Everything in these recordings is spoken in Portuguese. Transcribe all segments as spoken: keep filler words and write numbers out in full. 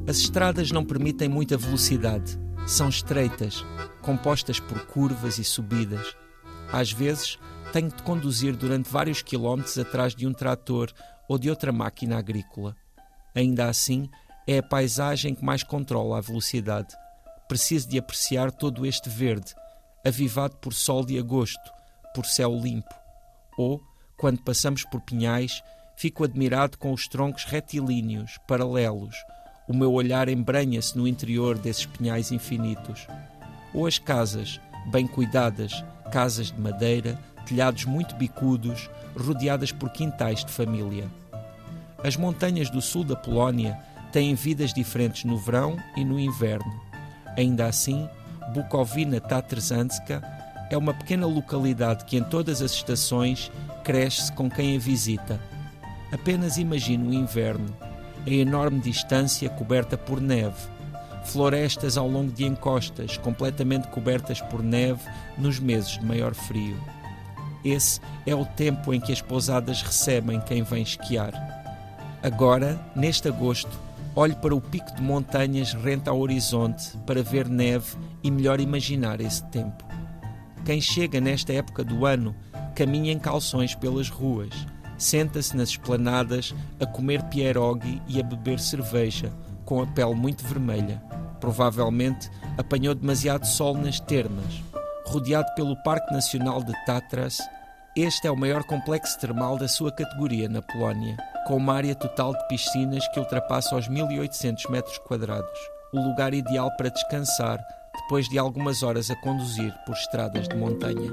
As estradas não permitem muita velocidade. São estreitas, compostas por curvas e subidas. Às vezes, tenho de conduzir durante vários quilómetros atrás de um trator ou de outra máquina agrícola. Ainda assim, é a paisagem que mais controla a velocidade. Preciso de apreciar todo este verde, avivado por sol de agosto, por céu limpo. Ou, quando passamos por pinhais, fico admirado com os troncos retilíneos, paralelos. O meu olhar embranha-se no interior desses pinhais infinitos. Ou as casas, bem cuidadas, casas de madeira, telhados muito bicudos, rodeadas por quintais de família. As montanhas do sul da Polónia têm vidas diferentes no verão e no inverno. Ainda assim, Bukowina Tatrzańska é uma pequena localidade que em todas as estações cresce com quem a visita. Apenas imagino o inverno, a enorme distância coberta por neve, florestas ao longo de encostas completamente cobertas por neve nos meses de maior frio. Esse é o tempo em que as pousadas recebem quem vem esquiar. Agora, neste agosto, olho para o pico de montanhas rente ao horizonte para ver neve e melhor imaginar esse tempo. Quem chega nesta época do ano caminha em calções pelas ruas, senta-se nas esplanadas a comer pierogi e a beber cerveja, com a pele muito vermelha. Provavelmente apanhou demasiado sol nas termas. Rodeado pelo Parque Nacional de Tatras, este é o maior complexo termal da sua categoria na Polónia, com uma área total de piscinas que ultrapassa os mil e oitocentos metros quadrados. O lugar ideal para descansar depois de algumas horas a conduzir por estradas de montanha.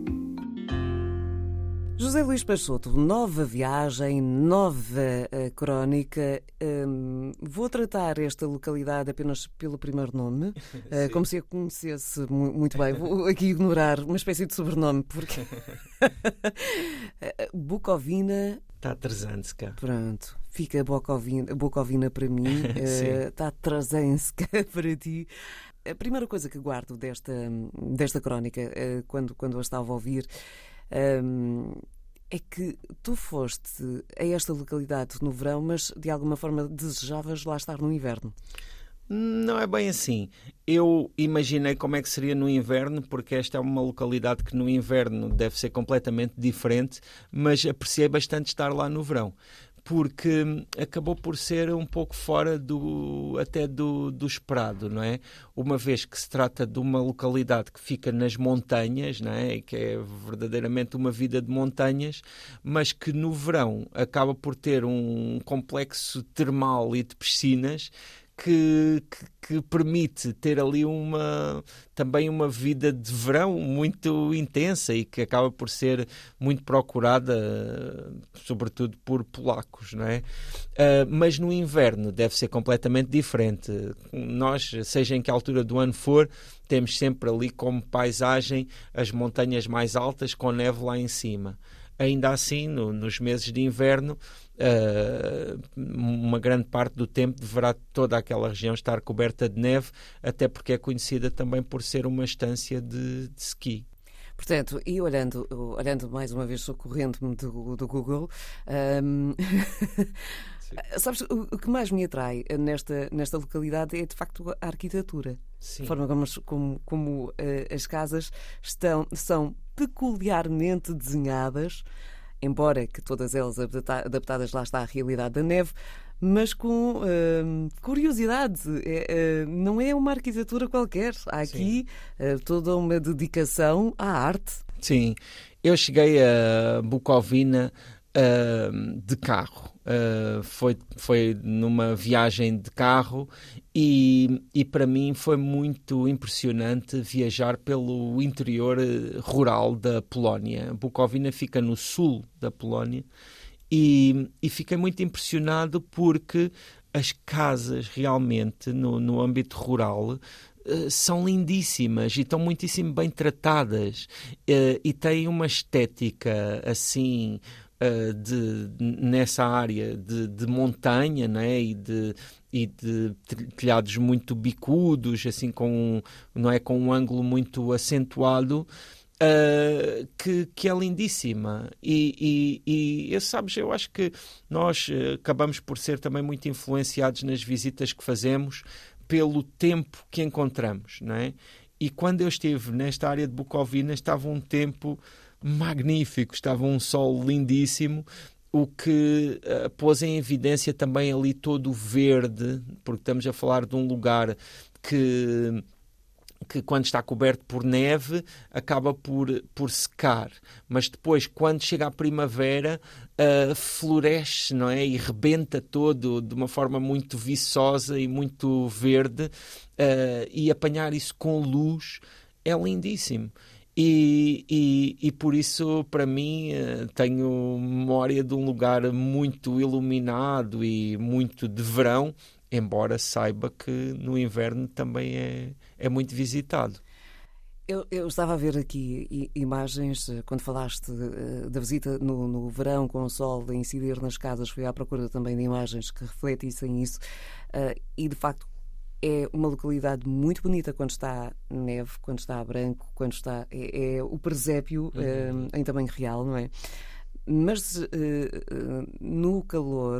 José Luís Peixoto, nova viagem, nova uh, crónica. Um, vou tratar esta localidade apenas pelo primeiro nome, uh, como se a conhecesse mu- muito bem. Vou aqui ignorar uma espécie de sobrenome, porque... Bukowina... Tatrzańska. Pronto, fica Bukowina, Bukowina para mim, uh, Tatrzańska para ti. A primeira coisa que guardo desta, desta crónica, uh, quando, quando a estava a ouvir... Um, é que tu foste a esta localidade no verão, mas de alguma forma desejavas lá estar no inverno. Não é bem assim. Eu imaginei como é que seria no inverno, porque esta é uma localidade que no inverno deve ser completamente diferente, mas apreciei bastante estar lá no verão, porque acabou por ser um pouco fora do, até do, do esperado, não é? Uma vez que se trata de uma localidade que fica nas montanhas, não é? Que é verdadeiramente uma vida de montanhas, mas que no verão acaba por ter um complexo termal e de piscinas Que, que, que permite ter ali uma, também uma vida de verão muito intensa e que acaba por ser muito procurada, sobretudo por polacos, não é? Uh, mas no inverno deve ser completamente diferente. Nós, seja em que altura do ano for, temos sempre ali como paisagem as montanhas mais altas com neve lá em cima. Ainda assim, no, nos meses de inverno, uh, uma grande parte do tempo deverá toda aquela região estar coberta de neve, até porque é conhecida também por ser uma estância de, de ski. Portanto, e olhando, olhando mais uma vez, socorrendo-me do, do Google, um... sabes, o, o que mais me atrai nesta, nesta localidade é de facto a arquitetura. Sim. A forma como, como, como uh, as casas estão, são peculiarmente desenhadas, embora que todas elas adaptadas lá está à realidade da neve, mas com uh, curiosidade. É, uh, não é uma arquitetura qualquer. Há aqui uh, toda uma dedicação à arte. Sim. Eu cheguei a Bukowina uh, de carro. Uh, foi, foi numa viagem de carro e, e para mim foi muito impressionante viajar pelo interior rural da Polónia. Bukowina fica no sul da Polónia e, e fiquei muito impressionado porque as casas realmente no, no âmbito rural uh, são lindíssimas e estão muitíssimo bem tratadas uh, e têm uma estética assim... Uh, de, nessa área de, de montanha, né? e, de, e de telhados muito bicudos, assim com, não é, com um ângulo muito acentuado, uh, que, que é lindíssima. E, e, e sabes, eu acho que nós uh, acabamos por ser também muito influenciados nas visitas que fazemos pelo tempo que encontramos, não é? E quando eu estive nesta área de Bucovina, estava um tempo magnífico, estava um sol lindíssimo, o que uh, pôs em evidência também ali todo o verde, porque estamos a falar de um lugar que, que quando está coberto por neve, acaba por, por secar. Mas depois, quando chega a primavera, uh, floresce, não é? E rebenta todo de uma forma muito viçosa e muito verde. Uh, e apanhar isso com luz é lindíssimo. E, e, e por isso, para mim, tenho memória de um lugar muito iluminado e muito de verão, embora saiba que no inverno também é, é muito visitado. Eu, eu estava a ver aqui imagens, quando falaste uh, da visita no, no verão com o sol a incidir nas casas, fui à procura também de imagens que refletissem isso, uh, e de facto é uma localidade muito bonita quando está neve, quando está branco, quando está... É, é o presépio uhum. uh, em tamanho real, não é? Mas uh, uh, no calor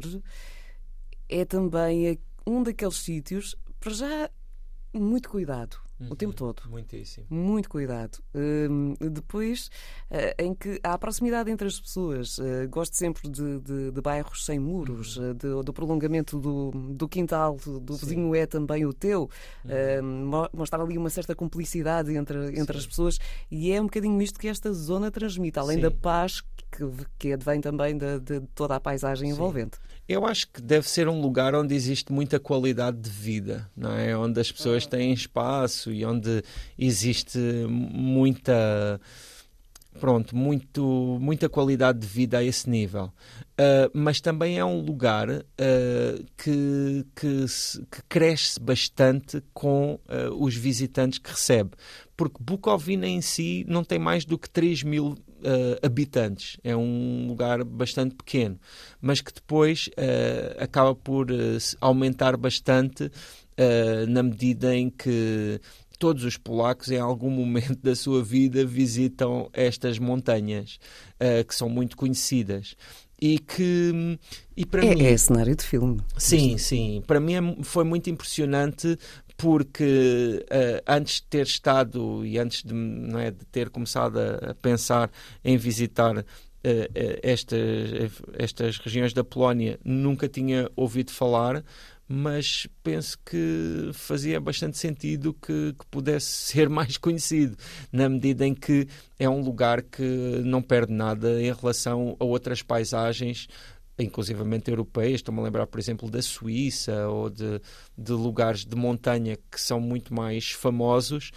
é também um daqueles sítios, para já, muito cuidado. Uhum, o tempo todo. Muitíssimo. Muito cuidado. Uh, depois, uh, em que há proximidade entre as pessoas. Uh, gosto sempre de, de, de bairros sem muros, uhum. uh, de, do prolongamento do, do quintal do, do vizinho é também o teu. Uhum. Uh, mostrar ali uma certa cumplicidade entre, entre as pessoas. E é um bocadinho isto que esta zona transmite, além Sim. da paz que, que advém também de, de toda a paisagem Sim. envolvente. Eu acho que deve ser um lugar onde existe muita qualidade de vida, não é? Onde as pessoas têm espaço e onde existe muita, pronto, muito, muita qualidade de vida a esse nível. Uh, mas também é um lugar uh, que, que, se, que cresce bastante com uh, os visitantes que recebe. Porque Bucovina em si não tem mais do que três mil Uh, habitantes. É um lugar bastante pequeno, mas que depois uh, acaba por uh, aumentar bastante uh, na medida em que todos os polacos em algum momento da sua vida visitam estas montanhas uh, que são muito conhecidas. E que e para é, mim é cenário de filme. Sim, sim. Para mim é, foi muito impressionante porque uh, antes de ter estado e antes de, não é, de ter começado a, a pensar em visitar uh, uh, estas, estas regiões da Polónia, nunca tinha ouvido falar, mas penso que fazia bastante sentido que, que pudesse ser mais conhecido, na medida em que é um lugar que não perde nada em relação a outras paisagens, inclusivamente europeias. Estou-me a lembrar, por exemplo, da Suíça ou de, de lugares de montanha que são muito mais famosos,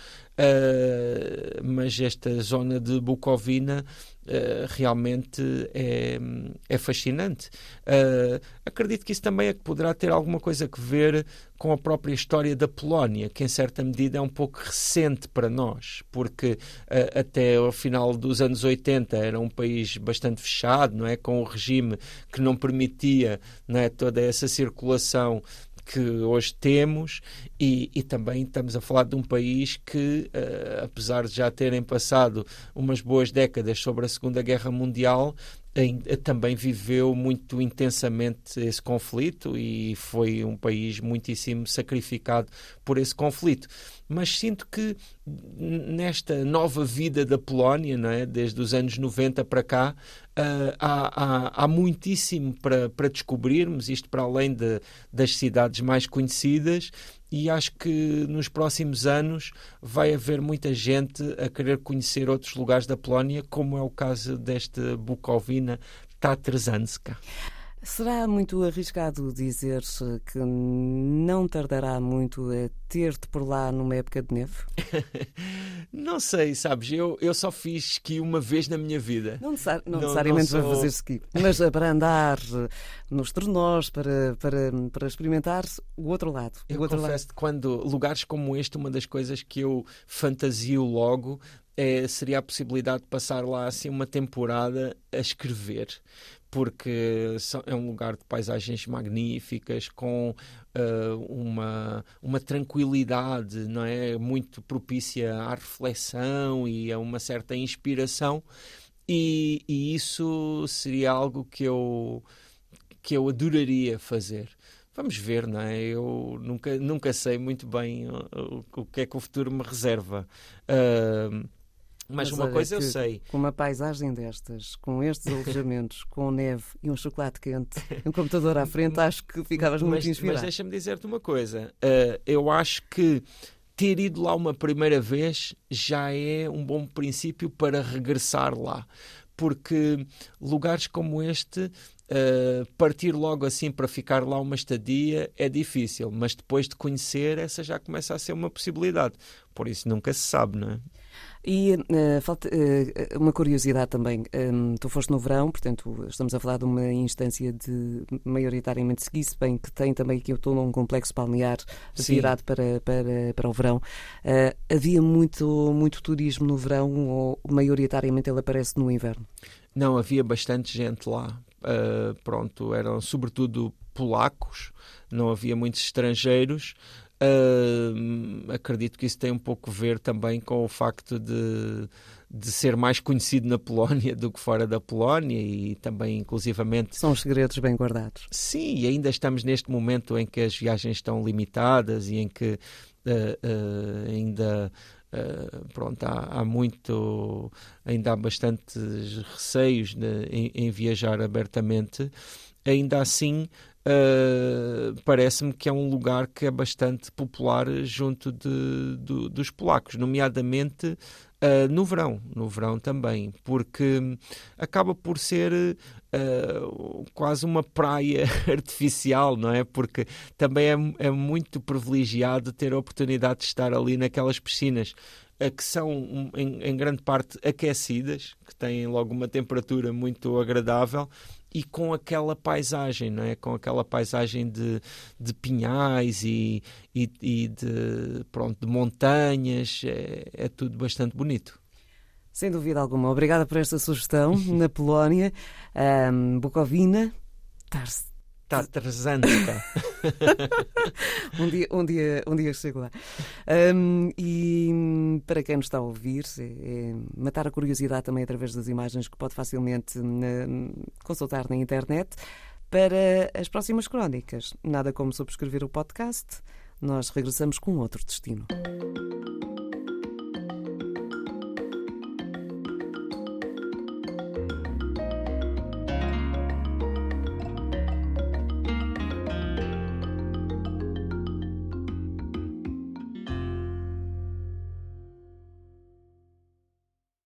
uh, mas esta zona de Bucovina uh, realmente é, é fascinante. Uh, acredito que isso também é que poderá ter alguma coisa a ver com a própria história da Polónia, que em certa medida é um pouco recente para nós, porque uh, até ao final dos anos oitenta era um país bastante fechado, não é? Com o regime que não permitia, não é, toda essa circulação que hoje temos, e, e também estamos a falar de um país que, uh, apesar de já terem passado umas boas décadas sobre a Segunda Guerra Mundial, também viveu muito intensamente esse conflito e foi um país muitíssimo sacrificado por esse conflito. Mas sinto que nesta nova vida da Polónia, não é? Desde os anos noventa para cá, uh, há, há, há muitíssimo para, para descobrirmos, isto para além de, das cidades mais conhecidas, e acho que nos próximos anos vai haver muita gente a querer conhecer outros lugares da Polónia, como é o caso desta Bucovina Tatrzańska. Será muito arriscado dizer que não tardará muito a ter-te por lá numa época de neve? Não sei, sabes, eu, eu só fiz esqui uma vez na minha vida. Não, necessari- não, não necessariamente não sou... para fazer esqui, mas para andar nos trenós, para, para, para experimentar o outro lado. Eu o outro confesso lado. que quando lugares como este, uma das coisas que eu fantasio logo É, seria a possibilidade de passar lá assim uma temporada a escrever, porque é um lugar de paisagens magníficas, com uh, uma, uma tranquilidade, não é? Muito propícia à reflexão e a uma certa inspiração, e, e isso seria algo que eu, que eu adoraria fazer. Vamos ver, não é? Eu nunca, nunca sei muito bem o, o que é que o futuro me reserva. Uh, mas, mas uma coisa eu sei. Com uma paisagem destas, com estes alojamentos, com neve e um chocolate quente, um computador à frente, acho que ficavas muito mas, inspirado. Mas deixa-me dizer-te uma coisa. Uh, eu acho que ter ido lá uma primeira vez já é um bom princípio para regressar lá. Porque lugares como este, uh, partir logo assim para ficar lá uma estadia é difícil, mas depois de conhecer, essa já começa a ser uma possibilidade. Por isso nunca se sabe, não é? E uh, falta, uh, uma curiosidade também, um, tu foste no verão, portanto estamos a falar de uma instância de maioritariamente ski, se bem que tem também aqui todo um complexo balnear virado para, para, para o verão. Uh, havia muito, muito turismo no verão ou maioritariamente ele aparece no inverno? Não, havia bastante gente lá. Uh, pronto, eram sobretudo polacos, não havia muitos estrangeiros. Uh, acredito que isso tem um pouco a ver também com o facto de, de ser mais conhecido na Polónia do que fora da Polónia, e também inclusivamente... São os segredos bem guardados. Sim, e ainda estamos neste momento em que as viagens estão limitadas e em que uh, uh, ainda... Uh, pronto, há, há muito, ainda há bastantes receios de, em, em viajar abertamente. Ainda assim, uh, parece-me que é um lugar que é bastante popular junto de, de, dos polacos, nomeadamente uh, no verão, no verão também, porque acaba por ser uh, quase uma praia artificial, não é? Porque também é, é muito privilegiado ter a oportunidade de estar ali naquelas piscinas uh, que são em, em grande parte aquecidas, que têm logo uma temperatura muito agradável, e com aquela paisagem, não é? Com aquela paisagem de, de pinhais e, e, e de, pronto, de montanhas, é, é tudo bastante bonito. Sem dúvida alguma. Obrigada por esta sugestão. Na Polónia, um, Bukovina, Tars. Tatrzańska. um, dia, um, dia, um dia chego lá. Um, e para quem nos está a ouvir, é, é matar a curiosidade também através das imagens que pode facilmente na, consultar na internet. Para as próximas crónicas, nada como subscrever o podcast. Nós regressamos com outro destino.